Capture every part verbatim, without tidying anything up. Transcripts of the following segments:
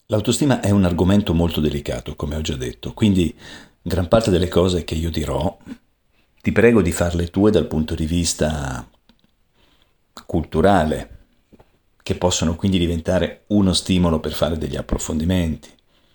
L'autostima è un argomento molto delicato, come ho già detto, quindi gran parte delle cose che io dirò ti prego di farle tue dal punto di vista culturale, che possono quindi diventare uno stimolo per fare degli approfondimenti.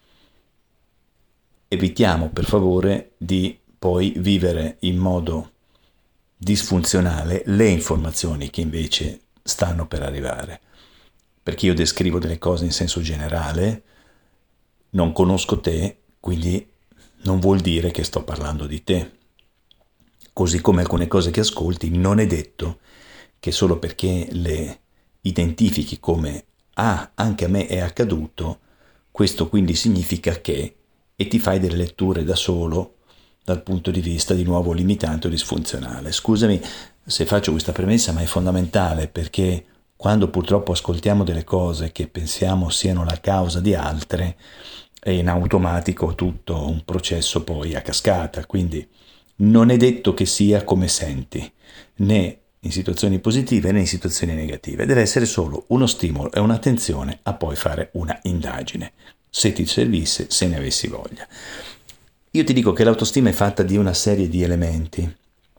Evitiamo, per favore, di poi vivere in modo disfunzionale le informazioni che invece stanno per arrivare, perché io descrivo delle cose in senso generale, non conosco te, quindi non vuol dire che sto parlando di te. Così come alcune cose che ascolti non è detto che solo perché le identifichi come ah, anche a me è accaduto, questo quindi significa che, e ti fai delle letture da solo dal punto di vista di nuovo limitante o disfunzionale. Scusami se faccio questa premessa, ma è fondamentale perché quando purtroppo ascoltiamo delle cose che pensiamo siano la causa di altre, è in automatico tutto un processo poi a cascata, quindi non è detto che sia come senti, né in situazioni positive né in situazioni negative. Deve essere solo uno stimolo e un'attenzione a poi fare una indagine, se ti servisse, se ne avessi voglia. Io ti dico che l'autostima è fatta di una serie di elementi.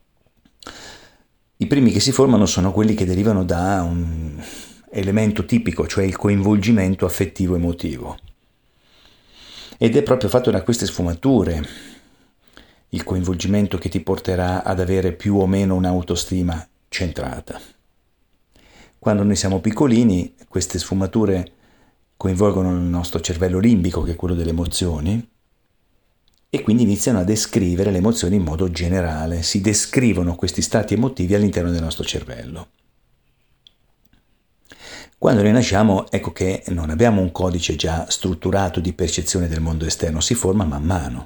I primi che si formano sono quelli che derivano da un elemento tipico, cioè il coinvolgimento affettivo emotivo. Ed è proprio fatto da queste sfumature il coinvolgimento che ti porterà ad avere più o meno un'autostima centrata. Quando noi siamo piccolini, queste sfumature coinvolgono il nostro cervello limbico, che è quello delle emozioni, e quindi iniziano a descrivere le emozioni in modo generale. Si descrivono questi stati emotivi all'interno del nostro cervello. Quando noi nasciamo, ecco che non abbiamo un codice già strutturato di percezione del mondo esterno, si forma man mano.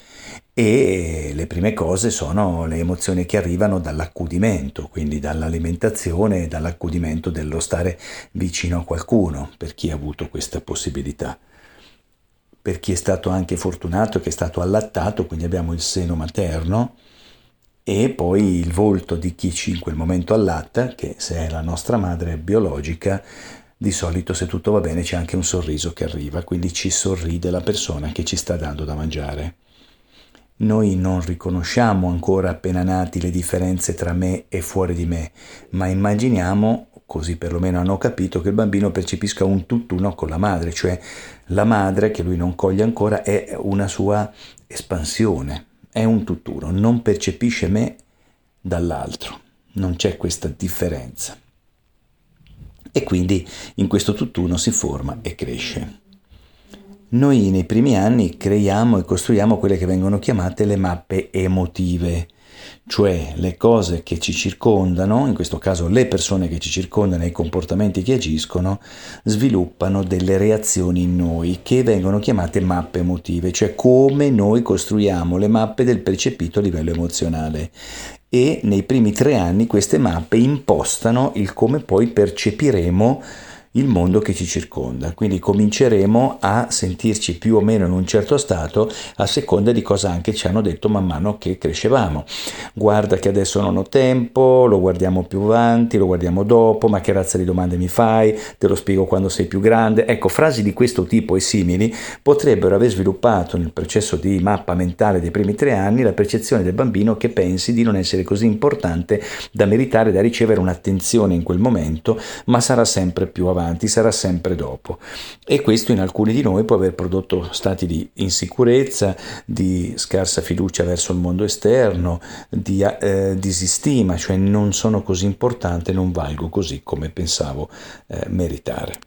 E le prime cose sono le emozioni che arrivano dall'accudimento, quindi dall'alimentazione e dall'accudimento dello stare vicino a qualcuno, per chi ha avuto questa possibilità. Per chi è stato anche fortunato, che è stato allattato, quindi abbiamo il seno materno, e poi il volto di chi ci in quel momento allatta, che se è la nostra madre biologica, di solito se tutto va bene c'è anche un sorriso che arriva, quindi ci sorride la persona che ci sta dando da mangiare. Noi non riconosciamo ancora appena nati le differenze tra me e fuori di me, ma immaginiamo, così perlomeno hanno capito, che il bambino percepisca un tutt'uno con la madre, cioè la madre, che lui non coglie ancora, è una sua espansione, è un tutt'uno, non percepisce me dall'altro, non c'è questa differenza. E quindi in questo tutt'uno si forma e cresce. Noi nei primi anni creiamo e costruiamo quelle che vengono chiamate le mappe emotive, cioè le cose che ci circondano, in questo caso le persone che ci circondano e i comportamenti che agiscono, sviluppano delle reazioni in noi che vengono chiamate mappe emotive, cioè come noi costruiamo le mappe del percepito a livello emozionale. E nei primi tre anni queste mappe impostano il come poi percepiremo il mondo che ci circonda, quindi cominceremo a sentirci più o meno in un certo stato a seconda di cosa anche ci hanno detto man mano che crescevamo. Guarda che adesso non ho tempo, lo guardiamo più avanti, lo guardiamo dopo, ma che razza di domande mi fai, te lo spiego quando sei più grande. Ecco, frasi di questo tipo e simili potrebbero aver sviluppato nel processo di mappa mentale dei primi tre anni la percezione del bambino che pensi di non essere così importante da meritare, da ricevere un'attenzione in quel momento, ma sarà sempre più avanti, sarà sempre dopo. E questo in alcuni di noi può aver prodotto stati di insicurezza, di scarsa fiducia verso il mondo esterno, di eh, disistima, cioè non sono così importante, non valgo così come pensavo eh, meritare.